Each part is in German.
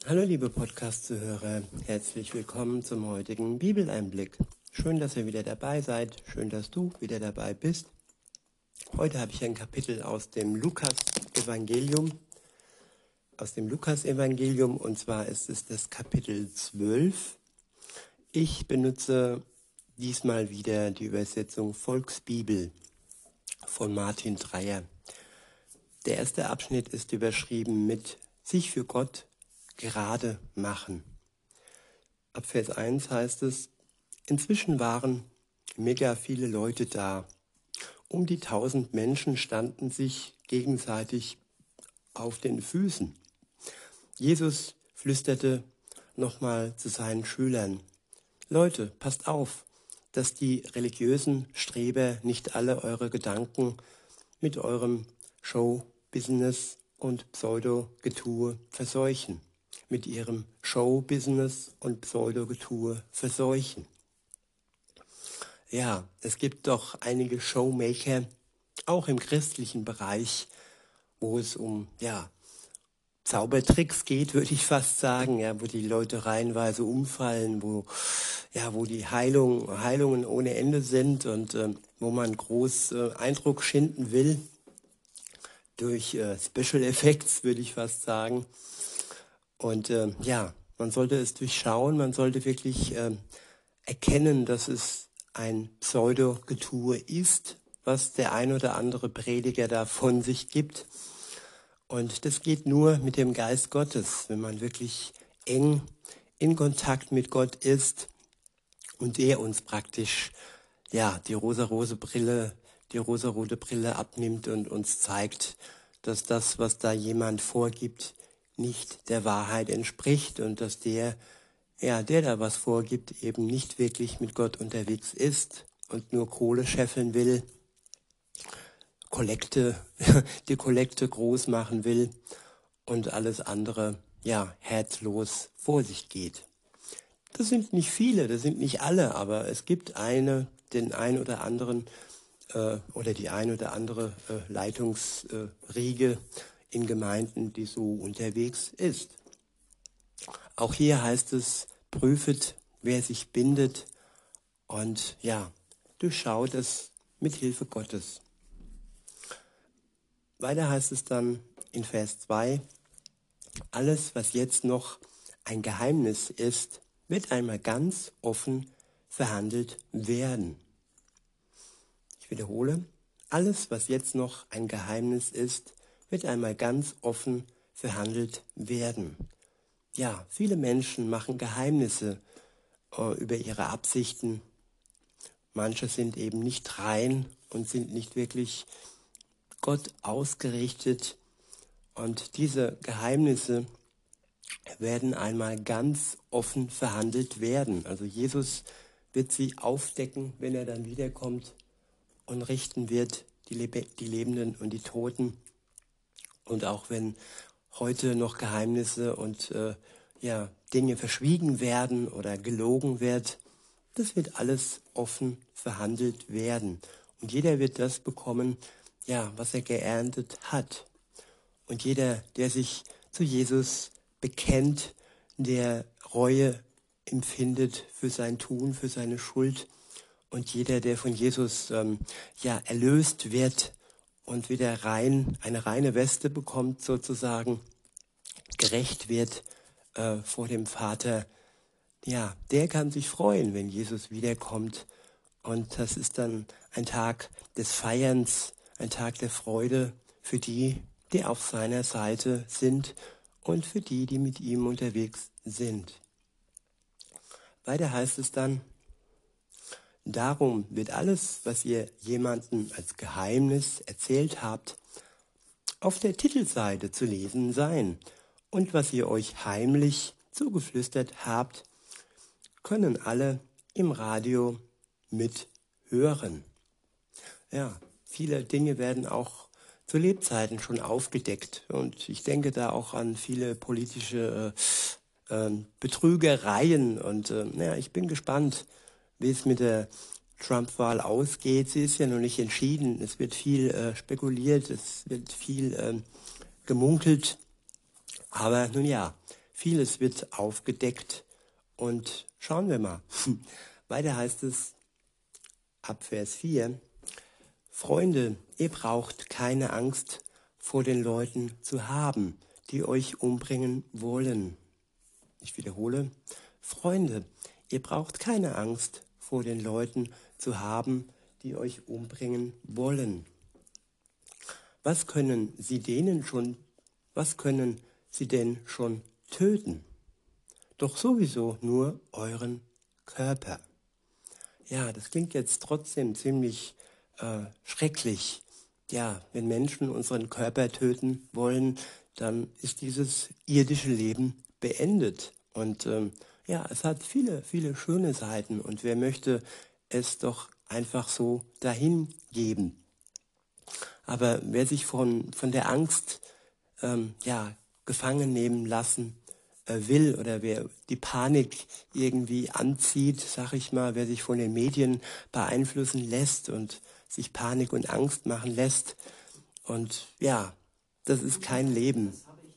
Hallo liebe Podcast-Zuhörer, herzlich willkommen zum heutigen Bibeleinblick. Schön, dass ihr wieder dabei seid, schön, dass du wieder dabei bist. Heute habe ich ein Kapitel aus dem Lukas-Evangelium, und zwar ist es das Kapitel 12. Ich benutze diesmal wieder die Übersetzung Volksbibel von Martin Dreyer. Der erste Abschnitt ist überschrieben mit sich für Gott gerade machen. Ab Vers 1 heißt es, inzwischen waren mega viele Leute da. Um die 1000 Menschen standen sich gegenseitig auf den Füßen. Jesus flüsterte nochmal zu seinen Schülern, Leute, passt auf, dass die religiösen Streber nicht alle eure Gedanken mit eurem Show-Business und Pseudo-Getue verseuchen. Mit ihrem Show-Business und Pseudo-Getue verseuchen. Ja, es gibt doch einige Showmaker, auch im christlichen Bereich, wo es um Zaubertricks geht, würde ich fast sagen, wo die Leute reihenweise umfallen, wo die Heilungen ohne Ende sind und wo man groß Eindruck schinden will durch Special Effects, würde ich fast sagen. Und man sollte es durchschauen, man sollte wirklich erkennen, dass es ein Pseudo-Getue ist, was der ein oder andere Prediger da von sich gibt. Und das geht nur mit dem Geist Gottes, wenn man wirklich eng in Kontakt mit Gott ist und er uns praktisch die rosarote Brille abnimmt und uns zeigt, dass das, was da jemand vorgibt, nicht der Wahrheit entspricht und dass der da was vorgibt, eben nicht wirklich mit Gott unterwegs ist und nur Kohle scheffeln will, die Kollekte groß machen will und alles andere, herzlos vor sich geht. Das sind nicht viele, das sind nicht alle, aber es gibt den ein oder anderen oder die ein oder andere Leitungsriege in Gemeinden, die so unterwegs ist. Auch hier heißt es, prüfet, wer sich bindet und durchschaut es mit Hilfe Gottes. Weiter heißt es dann in Vers 2, alles, was jetzt noch ein Geheimnis ist, wird einmal ganz offen verhandelt werden. Ich wiederhole, alles, was jetzt noch ein Geheimnis ist, wird einmal ganz offen verhandelt werden. Ja, viele Menschen machen Geheimnisse über ihre Absichten. Manche sind eben nicht rein und sind nicht wirklich Gott ausgerichtet. Und diese Geheimnisse werden einmal ganz offen verhandelt werden. Also Jesus wird sie aufdecken, wenn er dann wiederkommt und richten wird die Lebenden und die Toten. Und auch wenn heute noch Geheimnisse und Dinge verschwiegen werden oder gelogen wird, das wird alles offen verhandelt werden. Und jeder wird das bekommen, was er geerntet hat. Und jeder, der sich zu Jesus bekennt, der Reue empfindet für sein Tun, für seine Schuld, und jeder, der von Jesus erlöst wird und wieder eine reine Weste bekommt sozusagen, gerecht wird vor dem Vater, der kann sich freuen, wenn Jesus wiederkommt. Und das ist dann ein Tag des Feierns, ein Tag der Freude für die, die auf seiner Seite sind und für die, die mit ihm unterwegs sind. Weiter heißt es dann, darum wird alles, was ihr jemandem als Geheimnis erzählt habt, auf der Titelseite zu lesen sein. Und was ihr euch heimlich zugeflüstert habt, können alle im Radio mithören. Ja, viele Dinge werden auch zu Lebzeiten schon aufgedeckt. Und ich denke da auch an viele politische Betrügereien. Und ich bin gespannt, wie es mit der Trump-Wahl ausgeht. Sie ist ja noch nicht entschieden. Es wird viel spekuliert, es wird viel gemunkelt. Aber nun ja, vieles wird aufgedeckt und schauen wir mal. Weiter heißt es ab Vers 4, Freunde, ihr braucht keine Angst vor den Leuten zu haben, die euch umbringen wollen. Ich wiederhole, Freunde, ihr braucht keine Angst vor den Leuten zu haben, die euch umbringen wollen. Was können sie denn schon töten? Doch sowieso nur euren Körper. Ja, das klingt jetzt trotzdem ziemlich schrecklich. Ja, wenn Menschen unseren Körper töten wollen, dann ist dieses irdische Leben beendet. Und ja, es hat viele, viele schöne Seiten. Und wer möchte es doch einfach so dahin geben? Aber wer sich von der Angst ja, gefangen nehmen lassen will oder wer die Panik irgendwie anzieht, sag ich mal, wer sich von den Medien beeinflussen lässt und sich Panik und Angst machen lässt. Und ja, das ist kein Leben.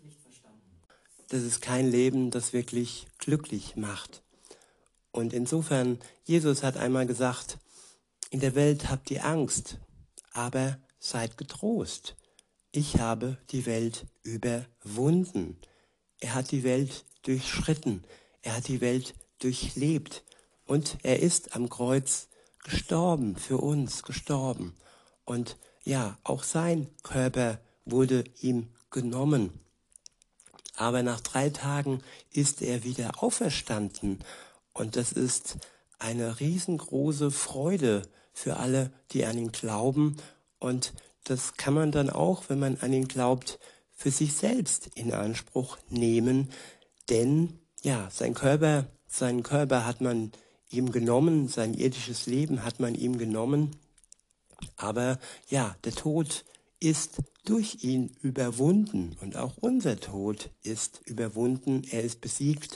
Das ist kein Leben, das wirklich glücklich macht. Und insofern, Jesus hat einmal gesagt, in der Welt habt ihr Angst, aber seid getrost. Ich habe die Welt überwunden. Er hat die Welt durchschritten. Er hat die Welt durchlebt. Und er ist am Kreuz gestorben, für uns gestorben. Und ja, auch sein Körper wurde ihm genommen. Aber nach 3 Tagen ist er wieder auferstanden. Und das ist eine riesengroße Freude für alle, die an ihn glauben. Und das kann man dann auch, wenn man an ihn glaubt, für sich selbst in Anspruch nehmen. Denn ja, seinen Körper hat man ihm genommen, sein irdisches Leben hat man ihm genommen. Aber ja, der Tod ist durch ihn überwunden und auch unser Tod ist überwunden. Er ist besiegt,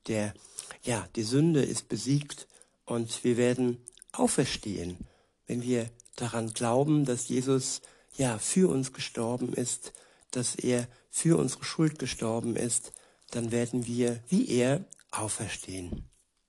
die Sünde ist besiegt und wir werden auferstehen, wenn wir daran glauben, dass Jesus ja für uns gestorben ist, dass er für unsere Schuld gestorben ist, dann werden wir wie er auferstehen.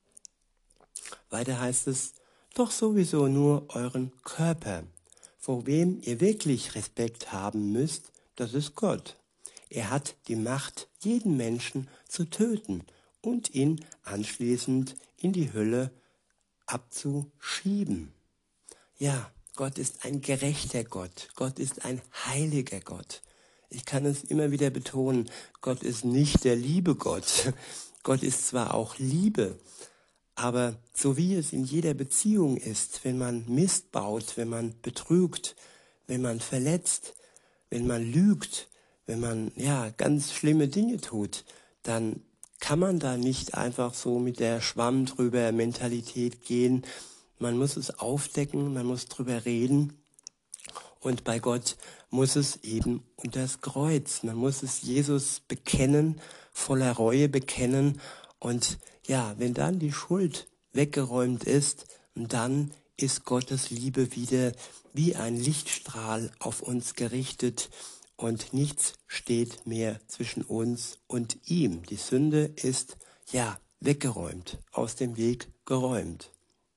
Weiter heißt es, doch sowieso nur euren Körper. Vor wem ihr wirklich Respekt haben müsst, das ist Gott. Er hat die Macht, jeden Menschen zu töten und ihn anschließend in die Hölle abzuschieben. Ja, Gott ist ein gerechter Gott. Gott ist ein heiliger Gott. Ich kann es immer wieder betonen, Gott ist nicht der liebe Gott. Gott ist zwar auch Liebe, aber so wie es in jeder Beziehung ist, wenn man Mist baut, wenn man betrügt, wenn man verletzt, wenn man lügt, wenn man ja ganz schlimme Dinge tut, dann kann man da nicht einfach so mit der Schwamm drüber Mentalität gehen. Man muss es aufdecken, man muss drüber reden. Und bei Gott muss es eben unter das Kreuz. Man muss es Jesus bekennen, voller Reue bekennen. Und ja, wenn dann die Schuld weggeräumt ist, dann ist Gottes Liebe wieder wie ein Lichtstrahl auf uns gerichtet und nichts steht mehr zwischen uns und ihm. Die Sünde ist ja weggeräumt, aus dem Weg geräumt.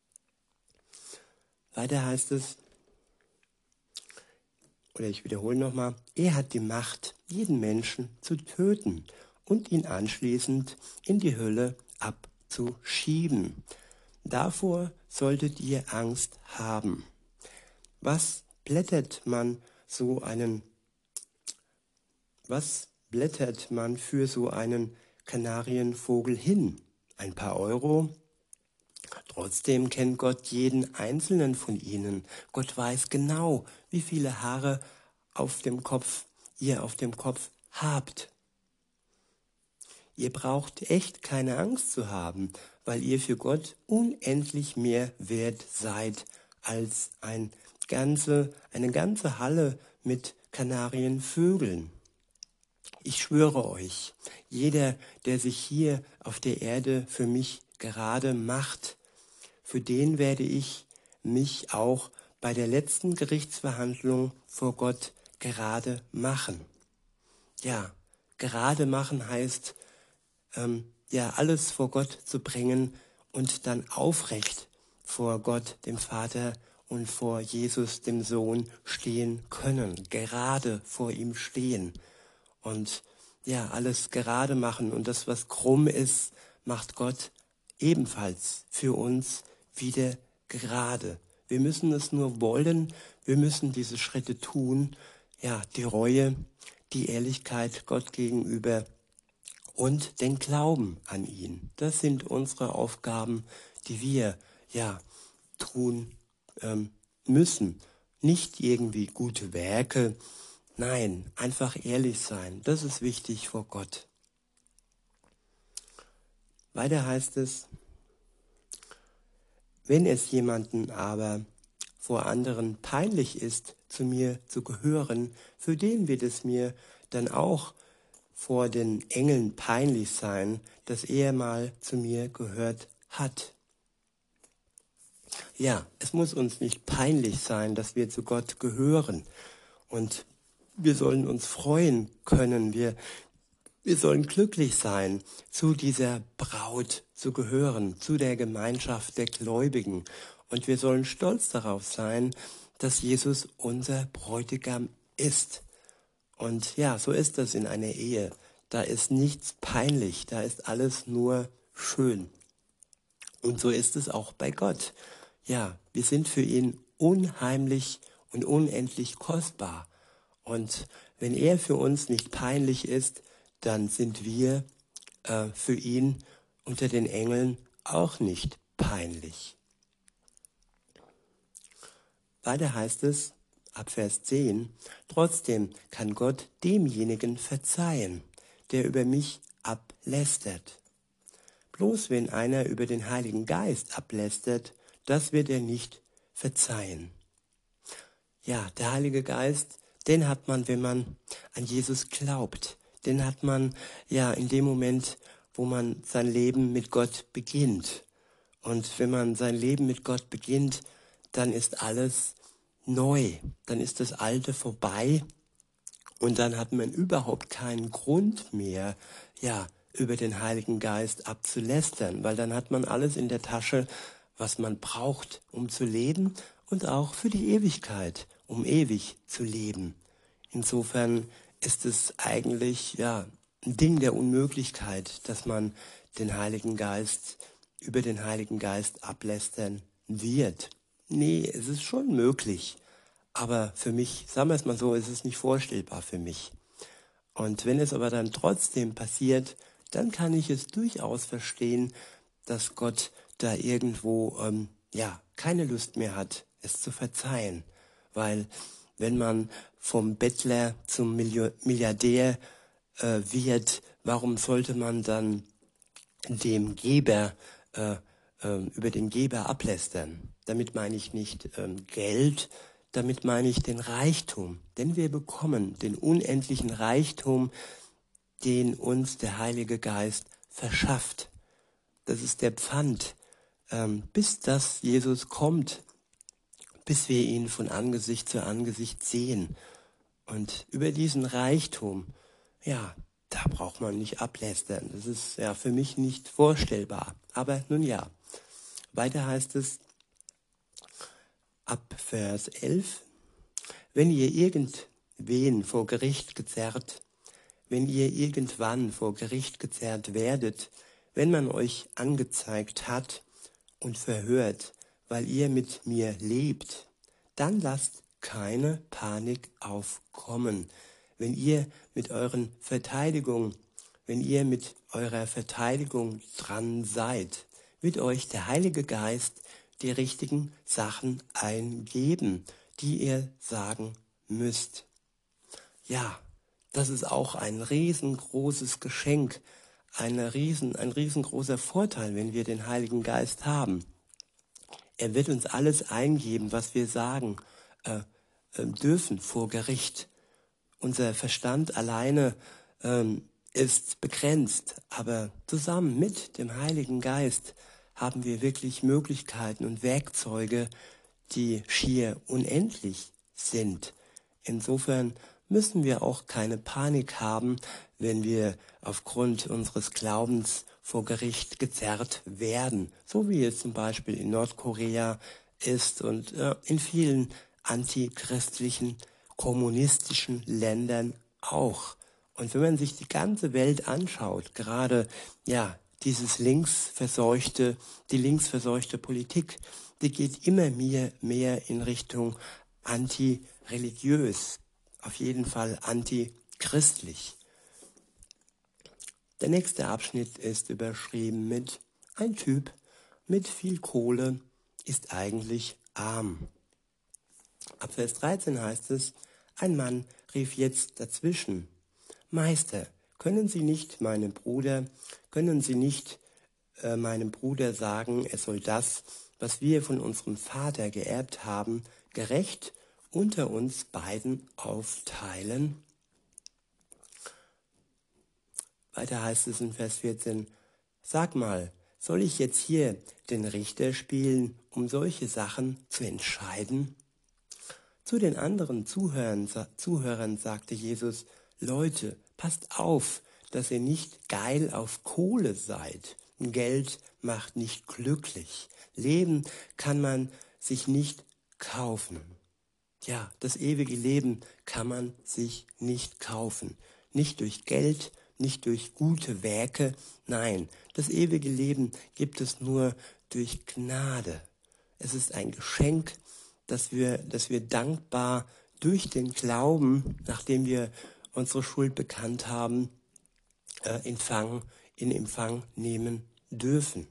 Weiter heißt es, oder ich wiederhole nochmal, er hat die Macht, jeden Menschen zu töten und ihn anschließend in die Hölle abzuschieben. Davor solltet ihr Angst haben. Was blättert man für so einen Kanarienvogel hin? Ein paar Euro? Trotzdem kennt Gott jeden einzelnen von ihnen. Gott weiß genau, wie viele Haare ihr auf dem Kopf habt. Ihr braucht echt keine Angst zu haben, weil ihr für Gott unendlich mehr wert seid als eine ganze Halle mit Kanarienvögeln. Ich schwöre euch, jeder, der sich hier auf der Erde für mich gerade macht, für den werde ich mich auch bei der letzten Gerichtsverhandlung vor Gott gerade machen. Ja, gerade machen heißt, ja, alles vor Gott zu bringen und dann aufrecht vor Gott, dem Vater, und vor Jesus, dem Sohn, stehen können, gerade vor ihm stehen und ja, alles gerade machen. Und das, was krumm ist, macht Gott ebenfalls für uns wieder gerade. Wir müssen es nur wollen, wir müssen diese Schritte tun, ja, die Reue, die Ehrlichkeit Gott gegenüber und den Glauben an ihn. Das sind unsere Aufgaben, die wir, ja, tun müssen. Nicht irgendwie gute Werke, nein, einfach ehrlich sein. Das ist wichtig vor Gott. Weiter heißt es, wenn es jemanden aber vor anderen peinlich ist, zu mir zu gehören, für den wird es mir dann auch vor den Engeln peinlich sein, dass er mal zu mir gehört hat. Ja, es muss uns nicht peinlich sein, dass wir zu Gott gehören. Und wir sollen uns freuen können. Wir sollen glücklich sein, zu dieser Braut zu gehören, zu der Gemeinschaft der Gläubigen. Und wir sollen stolz darauf sein, dass Jesus unser Bräutigam ist. Und ja, so ist das in einer Ehe. Da ist nichts peinlich, da ist alles nur schön. Und so ist es auch bei Gott. Ja, wir sind für ihn unheimlich und unendlich kostbar. Und wenn er für uns nicht peinlich ist, dann sind wir für ihn unter den Engeln auch nicht peinlich. Weiter heißt es, ab Vers 10, trotzdem kann Gott demjenigen verzeihen, der über mich ablästert. Bloß wenn einer über den Heiligen Geist ablästert, das wird er nicht verzeihen. Ja, der Heilige Geist, den hat man, wenn man an Jesus glaubt. Den hat man ja in dem Moment, wo man sein Leben mit Gott beginnt. Und wenn man sein Leben mit Gott beginnt, dann ist alles neu. Dann ist das Alte vorbei und dann hat man überhaupt keinen Grund mehr, ja, über den Heiligen Geist abzulästern, weil dann hat man alles in der Tasche, was man braucht, um zu leben und auch für die Ewigkeit, um ewig zu leben. Insofern ist es eigentlich ja ein Ding der Unmöglichkeit, dass man den Heiligen Geist über den Heiligen Geist ablästern wird. Nee, es ist schon möglich, aber für mich, sagen wir es mal so, ist es nicht vorstellbar für mich. Und wenn es aber dann trotzdem passiert, dann kann ich es durchaus verstehen, dass Gott da irgendwo ja keine Lust mehr hat, es zu verzeihen. Weil wenn man vom Bettler zum Milliardär wird, warum sollte man dann dem Geber über den Geber ablästern? Damit meine ich nicht Geld, damit meine ich den Reichtum. Denn wir bekommen den unendlichen Reichtum, den uns der Heilige Geist verschafft. Das ist der Pfand, bis dass Jesus kommt, bis wir ihn von Angesicht zu Angesicht sehen. Und über diesen Reichtum, ja, da braucht man nicht ablästern. Das ist ja für mich nicht vorstellbar. Aber nun ja, weiter heißt es ab Vers 11, wenn ihr irgendwen vor Gericht gezerrt, wenn ihr irgendwann vor Gericht gezerrt werdet, wenn man euch angezeigt hat und verhört, weil ihr mit mir lebt, dann lasst keine Panik aufkommen. Wenn ihr mit euren Verteidigung, wenn ihr mit eurer Verteidigung dran seid, wird euch der Heilige Geist die richtigen Sachen eingeben, die ihr sagen müsst. Ja, das ist auch ein riesengroßes Geschenk, ein riesengroßer Vorteil, wenn wir den Heiligen Geist haben. Er wird uns alles eingeben, was wir sagen dürfen vor Gericht. Unser Verstand alleine ist begrenzt, aber zusammen mit dem Heiligen Geist haben wir wirklich Möglichkeiten und Werkzeuge, die schier unendlich sind. Insofern müssen wir auch keine Panik haben, wenn wir aufgrund unseres Glaubens vor Gericht gezerrt werden, so wie es zum Beispiel in Nordkorea ist und in vielen antichristlichen, kommunistischen Ländern auch. Und wenn man sich die ganze Welt anschaut, gerade die linksverseuchte Politik, die geht immer mehr in Richtung antireligiös, auf jeden Fall antichristlich. Der nächste Abschnitt ist überschrieben mit: Ein Typ mit viel Kohle ist eigentlich arm. Ab Vers 13 heißt es: Ein Mann rief jetzt dazwischen: Meister, können Sie nicht meinem Bruder sagen, er soll das, was wir von unserem Vater geerbt haben, gerecht unter uns beiden aufteilen? Weiter heißt es in Vers 14: Sag mal, soll ich jetzt hier den Richter spielen, um solche Sachen zu entscheiden? Zu den anderen Zuhörern sagte Jesus: Leute, passt auf, dass ihr nicht geil auf Kohle seid. Geld macht nicht glücklich. Leben kann man sich nicht kaufen. Ja, das ewige Leben kann man sich nicht kaufen. Nicht durch Geld, nicht durch gute Werke. Nein, das ewige Leben gibt es nur durch Gnade. Es ist ein Geschenk, dass wir dankbar durch den Glauben, nachdem wir unsere Schuld bekannt haben, in Empfang nehmen dürfen.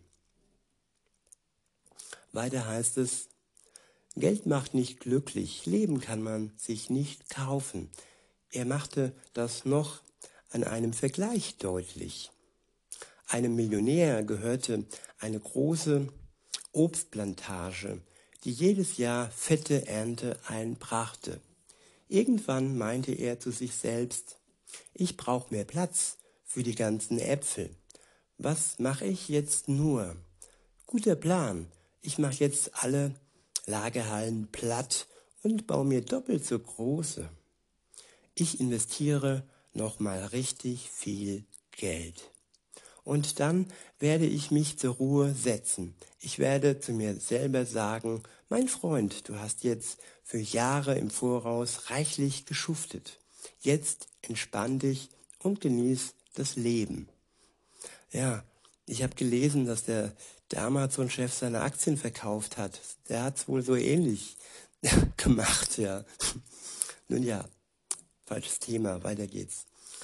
Weiter heißt es: Geld macht nicht glücklich, Leben kann man sich nicht kaufen. Er machte das noch an einem Vergleich deutlich. Einem Millionär gehörte eine große Obstplantage, die jedes Jahr fette Ernte einbrachte. Irgendwann meinte er zu sich selbst: Ich brauche mehr Platz für die ganzen Äpfel. Was mache ich jetzt nur? Guter Plan. Ich mache jetzt alle Lagerhallen platt und baue mir doppelt so große. Ich investiere nochmal richtig viel Geld. Und dann werde ich mich zur Ruhe setzen. Ich werde zu mir selber sagen: Mein Freund, du hast jetzt für Jahre im Voraus reichlich geschuftet. Jetzt entspann dich und genieß das Leben. Ja, ich habe gelesen, dass der Amazon-Chef seine Aktien verkauft hat. Der hat es wohl so ähnlich gemacht, ja. Nun ja, falsches Thema, weiter geht's.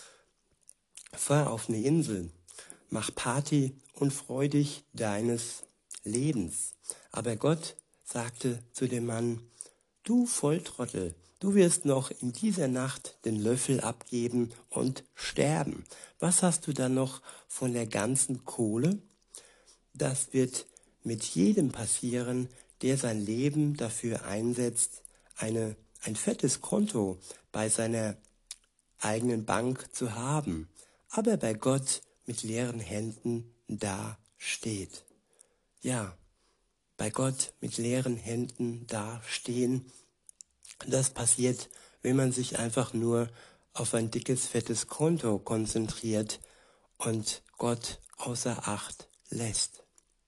Fahr auf eine Insel, mach Party und freu dich deines Lebens. Aber Gott sagte zu dem Mann: Du Volltrottel, du wirst noch in dieser Nacht den Löffel abgeben und sterben. Was hast du dann noch von der ganzen Kohle? Das wird mit jedem passieren, der sein Leben dafür einsetzt, ein fettes Konto bei seiner eigenen Bank zu haben, aber bei Gott mit leeren Händen dasteht. Ja, bei Gott mit leeren Händen dastehen, das passiert, wenn man sich einfach nur auf ein dickes, fettes Konto konzentriert und Gott außer Acht lässt.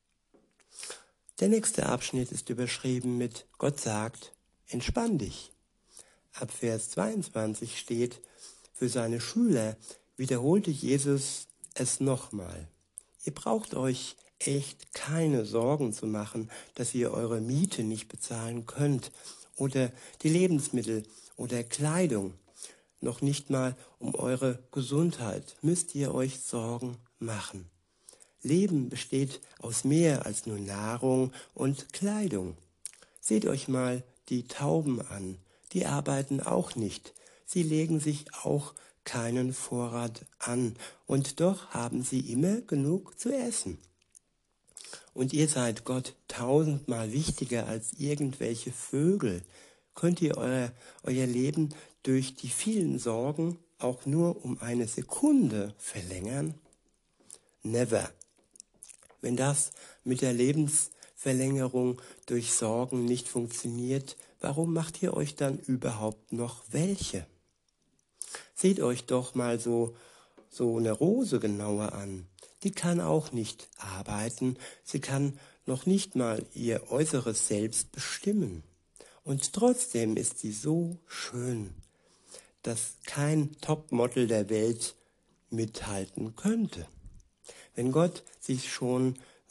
Der nächste Abschnitt ist überschrieben mit: Gott sagt, entspann dich. Ab Vers 22 steht: Für seine Schüler wiederholte Jesus es nochmal. Ihr braucht euch echt keine Sorgen zu machen, dass ihr eure Miete nicht bezahlen könnt oder die Lebensmittel oder Kleidung. Noch nicht mal um eure Gesundheit müsst ihr euch Sorgen machen. Leben besteht aus mehr als nur Nahrung und Kleidung. Seht euch mal die Tauben an, die arbeiten auch nicht. Sie legen sich auch keinen Vorrat an und doch haben sie immer genug zu essen. Und ihr seid Gott 1000-mal wichtiger als irgendwelche Vögel. Könnt ihr euer Leben durch die vielen Sorgen auch nur um eine Sekunde verlängern? Never. Wenn das mit der Lebensverlängerung durch Sorgen nicht funktioniert, warum macht ihr euch dann überhaupt noch welche? Seht euch doch mal so so eine Rose genauer an. Die kann auch nicht arbeiten, sie kann noch nicht mal ihr äußeres Selbst bestimmen. Und trotzdem ist sie so schön, dass kein Topmodel der Welt mithalten könnte. Wenn Gott sich schon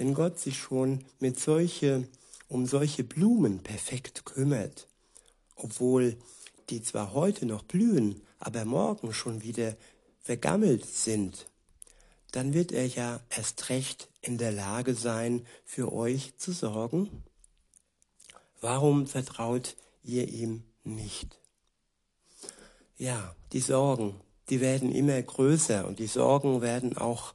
um solche Blumen perfekt kümmert, obwohl die zwar heute noch blühen, aber morgen schon wieder vergammelt sind, dann wird er ja erst recht in der Lage sein, für euch zu sorgen. Warum vertraut ihr ihm nicht? Ja, die Sorgen, die werden immer größer und die Sorgen werden auch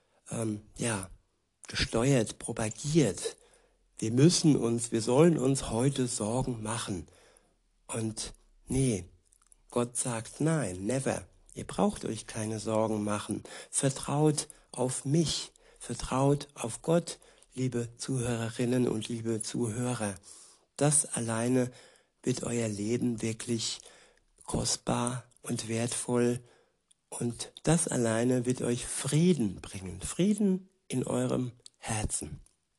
gesteuert, propagiert. Wir sollen uns heute Sorgen machen. Und nee, Gott sagt nein, never. Ihr braucht euch keine Sorgen machen. Vertraut auf mich, vertraut auf Gott, liebe Zuhörerinnen und liebe Zuhörer. Das alleine wird euer Leben wirklich kostbar und wertvoll und das alleine wird euch Frieden bringen. Frieden in eurem Herzen.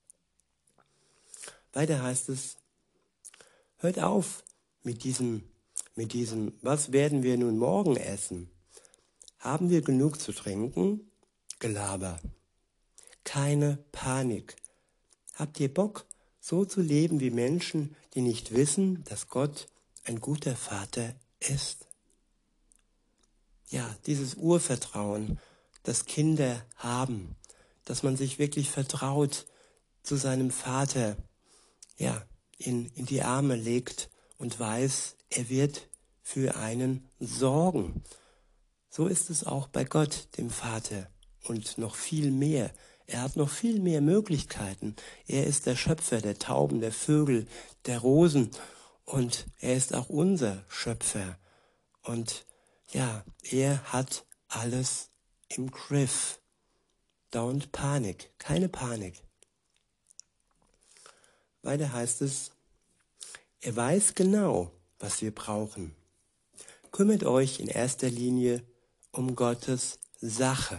Weiter heißt es, hört auf mit diesem, was werden wir nun morgen essen? Haben wir genug zu trinken? Gelaber. Keine Panik. Habt ihr Bock, so zu leben wie Menschen, die nicht wissen, dass Gott ein guter Vater ist? Ja, dieses Urvertrauen, das Kinder haben, dass man sich wirklich vertraut zu seinem Vater, ja, in die Arme legt und weiß, er wird für einen sorgen. So ist es auch bei Gott, dem Vater, und noch viel mehr. Er hat noch viel mehr Möglichkeiten. Er ist der Schöpfer der Tauben, der Vögel, der Rosen und er ist auch unser Schöpfer. Und ja, er hat alles im Griff. Don't panic, keine Panik. Weiter heißt es, er weiß genau, was wir brauchen. Kümmert euch in erster Linie um Gottes Sache.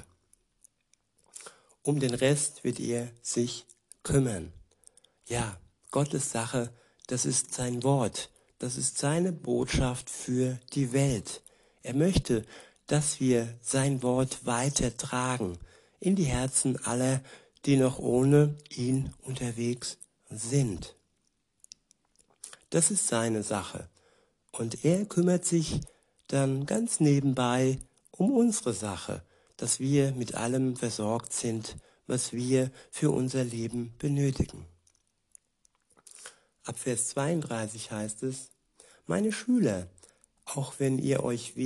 Um den Rest wird er sich kümmern. Ja, Gottes Sache, das ist sein Wort. Das ist seine Botschaft für die Welt. Er möchte, dass wir sein Wort weitertragen in die Herzen aller, die noch ohne ihn unterwegs sind. Das ist seine Sache. Und er kümmert sich dann ganz nebenbei um unsere Sache, dass wir mit allem versorgt sind, was wir für unser Leben benötigen. Ab Vers 32 heißt es, meine Schüler, auch wenn ihr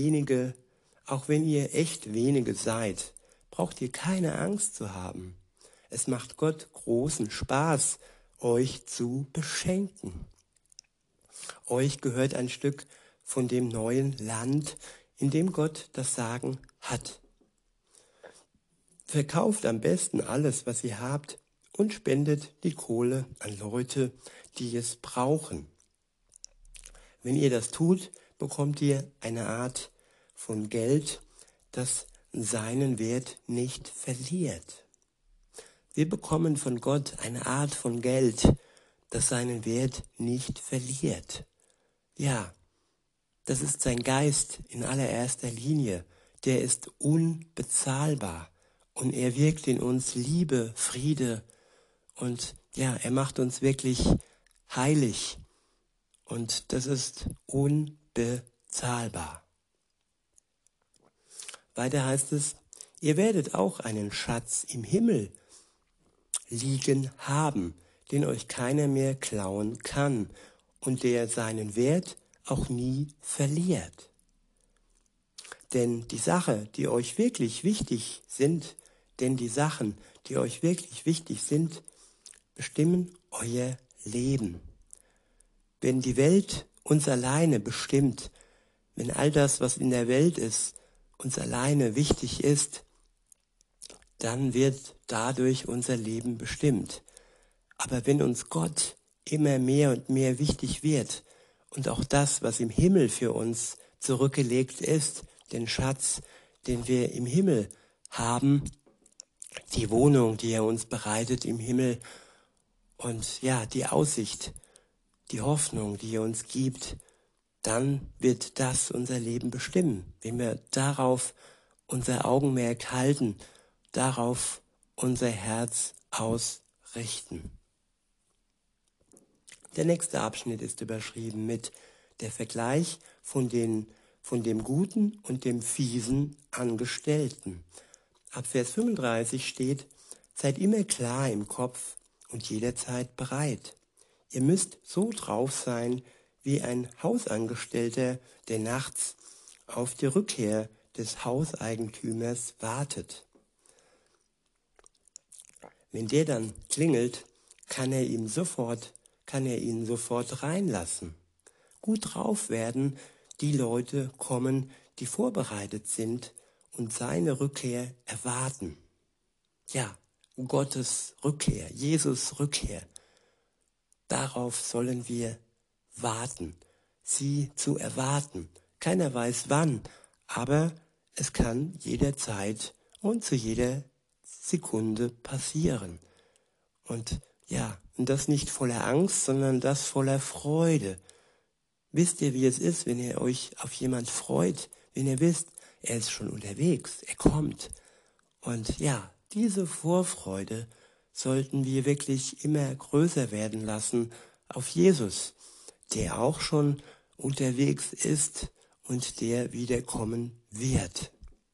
echt wenige seid, braucht ihr keine Angst zu haben. Es macht Gott großen Spaß, euch zu beschenken. Euch gehört ein Stück von dem neuen Land, in dem Gott das Sagen hat. Verkauft am besten alles, was ihr habt und spendet die Kohle an Leute, die es brauchen. Wenn ihr das tut, bekommt ihr eine Art von Geld, das seinen Wert nicht verliert. Wir bekommen von Gott eine Art von Geld, das seinen Wert nicht verliert. Ja, das ist sein Geist in allererster Linie. Der ist unbezahlbar und er wirkt in uns Liebe, Friede und ja, er macht uns wirklich heilig und das ist unbezahlbar. Weiter heißt es, ihr werdet auch einen Schatz im Himmel liegen haben, den euch keiner mehr klauen kann und der seinen Wert auch nie verliert. Denn die Sachen, die euch wirklich wichtig sind, bestimmen euer Leben. Wenn die Welt uns alleine bestimmt, wenn all das, was in der Welt ist, uns alleine wichtig ist, dann wird dadurch unser Leben bestimmt. Aber wenn uns Gott immer mehr und mehr wichtig wird und auch das, was im Himmel für uns zurückgelegt ist, den Schatz, den wir im Himmel haben, die Wohnung, die er uns bereitet im Himmel und ja, die Aussicht, die Hoffnung, die er uns gibt, dann wird das unser Leben bestimmen, wenn wir darauf unser Augenmerk halten, darauf unser Herz ausrichten. Der nächste Abschnitt ist überschrieben mit der Vergleich von dem guten und dem fiesen Angestellten. Ab Vers 35 steht: Seid immer klar im Kopf und jederzeit bereit. Ihr müsst so drauf sein wie ein Hausangestellter, der nachts auf die Rückkehr des Hauseigentümers wartet. Wenn der dann klingelt, kann er ihn sofort reinlassen. Gut drauf werden die Leute kommen, die vorbereitet sind und seine Rückkehr erwarten. Ja, Gottes Rückkehr, Jesus Rückkehr. Darauf sollen wir warten, sie zu erwarten. Keiner weiß wann, aber es kann jederzeit und zu jeder Sekunde passieren. Und ja, und das nicht voller Angst, sondern das voller Freude. Wisst ihr, wie es ist, wenn ihr euch auf jemand freut, wenn ihr wisst, er ist schon unterwegs, er kommt. Und ja, diese Vorfreude sollten wir wirklich immer größer werden lassen auf Jesus, der auch schon unterwegs ist und der wiederkommen wird.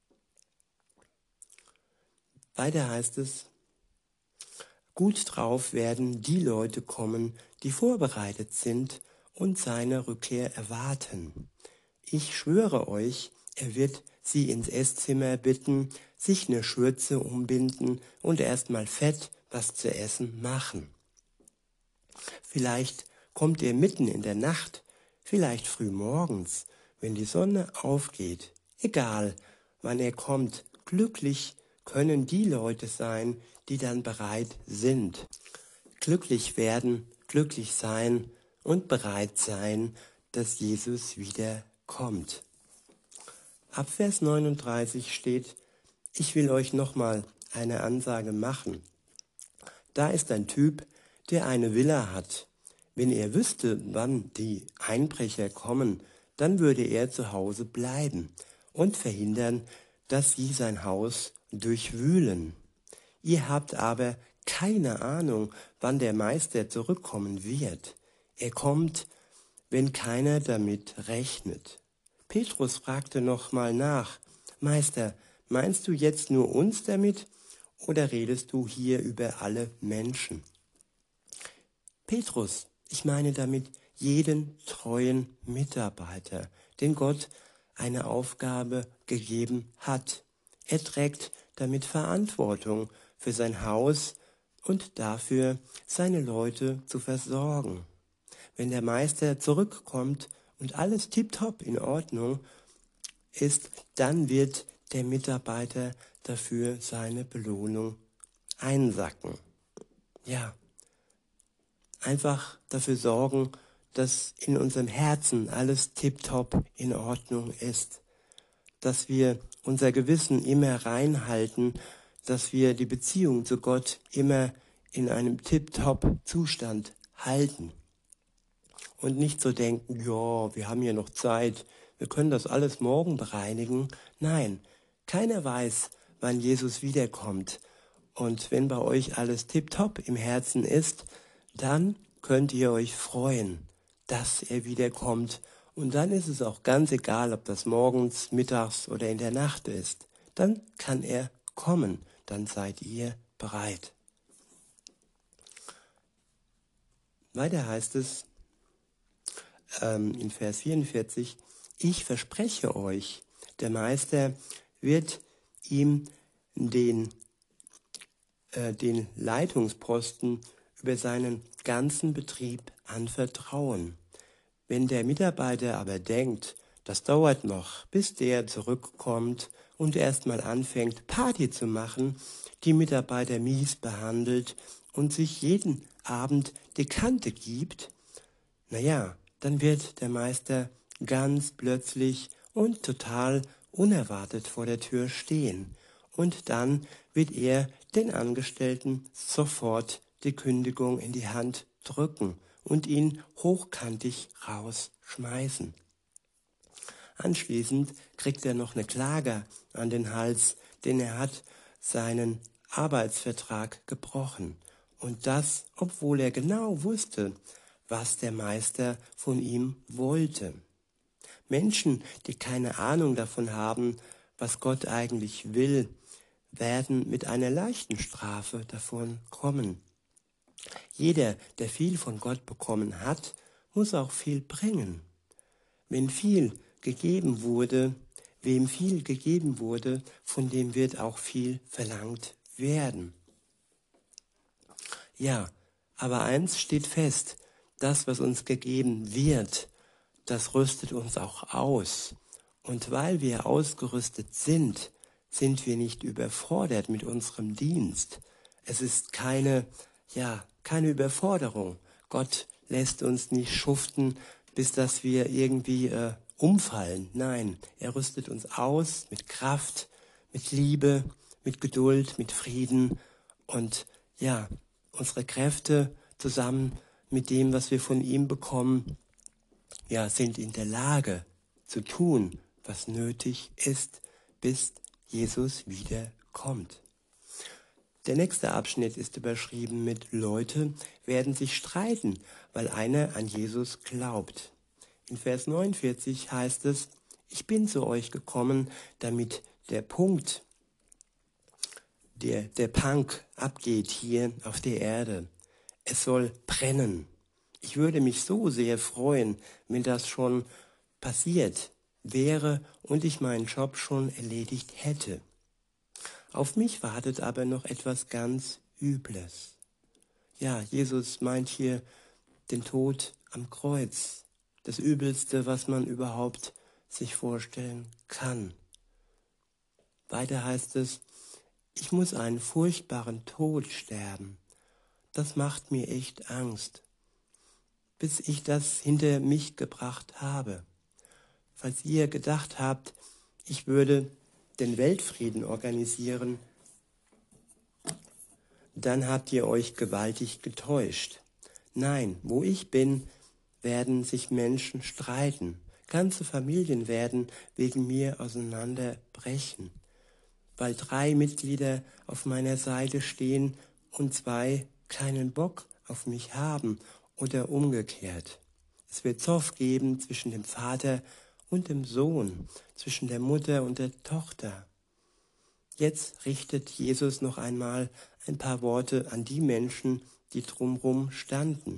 Weiter heißt es: Gut drauf werden die Leute kommen, die vorbereitet sind und seine Rückkehr erwarten. Ich schwöre euch, er wird sie ins Esszimmer bitten, sich eine Schürze umbinden und erstmal fett was zu essen machen. Vielleicht kommt er mitten in der Nacht, vielleicht früh morgens, wenn die Sonne aufgeht. Egal, wann er kommt, glücklich können die Leute sein, die dann bereit sind. Glücklich werden, glücklich sein und bereit sein, dass Jesus wieder kommt. Ab Vers 39 steht: Ich will euch nochmal eine Ansage machen. Da ist ein Typ, der eine Villa hat. Wenn er wüsste, wann die Einbrecher kommen, dann würde er zu Hause bleiben und verhindern, dass sie sein Haus durchwühlen. Ihr habt aber keine Ahnung, wann der Meister zurückkommen wird. Er kommt, wenn keiner damit rechnet. Petrus fragte nochmal nach: Meister, meinst du jetzt nur uns damit oder redest du hier über alle Menschen? Petrus, ich meine damit jeden treuen Mitarbeiter, den Gott eine Aufgabe gegeben hat. Er trägt damit Verantwortung für sein Haus und dafür, seine Leute zu versorgen. Wenn der Meister zurückkommt und alles tipptopp in Ordnung ist, dann wird der Mitarbeiter dafür seine Belohnung einsacken. Ja, einfach dafür sorgen, dass in unserem Herzen alles tipptopp in Ordnung ist, dass wir unser Gewissen immer reinhalten, dass wir die Beziehung zu Gott immer in einem tipptopp Zustand halten und nicht so denken: ja, wir haben ja noch Zeit, wir können das alles morgen bereinigen. Nein, keiner weiß, wann Jesus wiederkommt. Und wenn bei euch alles tipptopp im Herzen ist, dann könnt ihr euch freuen, dass er wiederkommt. Und dann ist es auch ganz egal, ob das morgens, mittags oder in der Nacht ist. Dann kann er kommen, dann seid ihr bereit. Weiter heißt es in Vers 44: Ich verspreche euch, der Meister wird ihm den Leitungsposten über seinen ganzen Betrieb anvertrauen. Wenn der Mitarbeiter aber denkt, das dauert noch, bis der zurückkommt und erstmal anfängt, Party zu machen, die Mitarbeiter mies behandelt und sich jeden Abend die Kante gibt, naja, dann wird der Meister ganz plötzlich und total unerwartet vor der Tür stehen und dann wird er den Angestellten sofort die Kündigung in die Hand drücken und ihn hochkantig rausschmeißen. Anschließend kriegt er noch eine Klage an den Hals, denn er hat seinen Arbeitsvertrag gebrochen. Und das, obwohl er genau wusste, was der Meister von ihm wollte. Menschen, die keine Ahnung davon haben, was Gott eigentlich will, werden mit einer leichten Strafe davon kommen. Jeder, der viel von Gott bekommen hat, muss auch viel bringen. Wenn viel gegeben wurde, wem viel gegeben wurde, von dem wird auch viel verlangt werden. Ja, aber eins steht fest, das, was uns gegeben wird, das rüstet uns auch aus. Und weil wir ausgerüstet sind, sind wir nicht überfordert mit unserem Dienst. Es ist keine Überforderung. Gott lässt uns nicht schuften, bis dass wir irgendwie umfallen. Nein, er rüstet uns aus mit Kraft, mit Liebe, mit Geduld, mit Frieden und ja, unsere Kräfte zusammen mit dem, was wir von ihm bekommen, ja, sind in der Lage zu tun, was nötig ist, bis Jesus wiederkommt. Der nächste Abschnitt ist überschrieben mit Leute werden sich streiten, weil einer an Jesus glaubt. In Vers 49 heißt es, ich bin zu euch gekommen, damit der Punkt, der Punk abgeht hier auf der Erde. Es soll brennen. Ich würde mich so sehr freuen, wenn das schon passiert wäre und ich meinen Job schon erledigt hätte. Auf mich wartet aber noch etwas ganz Übles. Ja, Jesus meint hier den Tod am Kreuz. Das Übelste, was man überhaupt sich vorstellen kann. Weiter heißt es, ich muss einen furchtbaren Tod sterben. Das macht mir echt Angst, bis ich das hinter mich gebracht habe. Falls ihr gedacht habt, ich würde den Weltfrieden organisieren, dann habt ihr euch gewaltig getäuscht. Nein, wo ich bin, werden sich Menschen streiten. Ganze Familien werden wegen mir auseinanderbrechen, weil 3 Mitglieder auf meiner Seite stehen und 2 keinen Bock auf mich haben oder umgekehrt. Es wird Zoff geben zwischen dem Vater und dem Sohn, zwischen der Mutter und der Tochter. Jetzt richtet Jesus noch einmal ein paar Worte an die Menschen, die drumherum standen.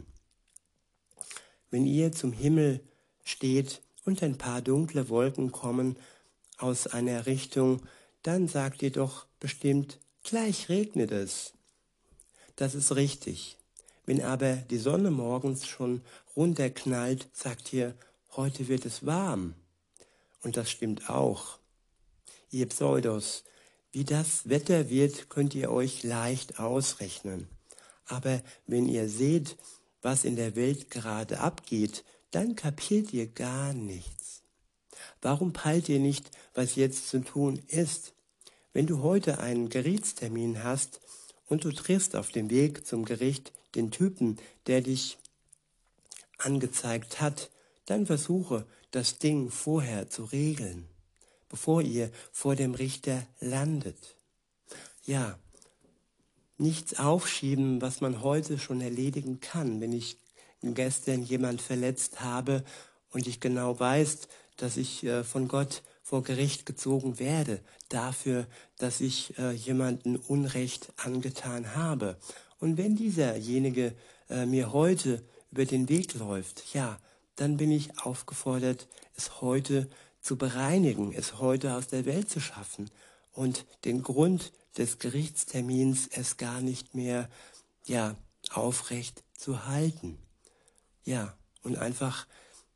Wenn ihr zum Himmel steht und ein paar dunkle Wolken kommen aus einer Richtung, dann sagt ihr doch bestimmt, gleich regnet es. Das ist richtig. Wenn aber die Sonne morgens schon runterknallt, sagt ihr, heute wird es warm. Und das stimmt auch. Ihr Pseudos, wie das Wetter wird, könnt ihr euch leicht ausrechnen. Aber wenn ihr seht, was in der Welt gerade abgeht, dann kapiert ihr gar nichts. Warum peilt ihr nicht, was jetzt zu tun ist? Wenn du heute einen Gerichtstermin hast und du triffst auf dem Weg zum Gericht den Typen, der dich angezeigt hat, dann versuche, das Ding vorher zu regeln, bevor ihr vor dem Richter landet. Ja, nichts aufschieben, was man heute schon erledigen kann. Wenn ich gestern jemand verletzt habe und ich genau weiß, dass ich von Gott vor Gericht gezogen werde, dafür, dass ich jemanden Unrecht angetan habe. Und wenn dieserjenige mir heute über den Weg läuft, ja, dann bin ich aufgefordert, es heute zu bereinigen, es heute aus der Welt zu schaffen und den Grund des Gerichtstermins es gar nicht mehr, aufrecht zu halten. Ja, und einfach,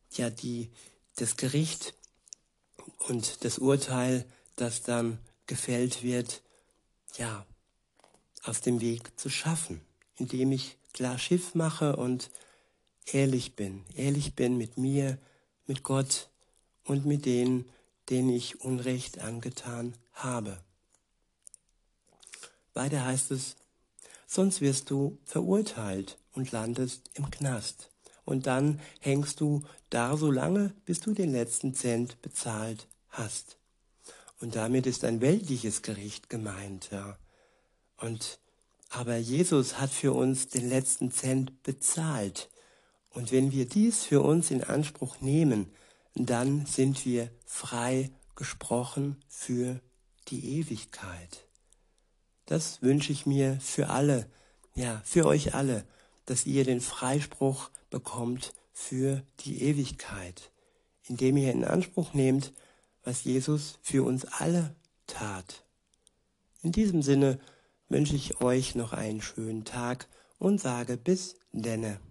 das Gericht und das Urteil, das dann gefällt wird, aus dem Weg zu schaffen, indem ich klar Schiff mache und ehrlich bin mit mir, mit Gott und mit denen, denen ich Unrecht angetan habe. Weiter heißt es, sonst wirst du verurteilt und landest im Knast. Und dann hängst du da so lange, bis du den letzten Cent bezahlt hast. Und damit ist ein weltliches Gericht gemeint, ja. Aber Jesus hat für uns den letzten Cent bezahlt. Und wenn wir dies für uns in Anspruch nehmen, dann sind wir frei gesprochen für die Ewigkeit. Das wünsche ich mir für alle, ja, für euch alle, dass ihr den Freispruch bekommt für die Ewigkeit, indem ihr in Anspruch nehmt, was Jesus für uns alle tat. In diesem Sinne wünsche ich euch noch einen schönen Tag und sage bis denne.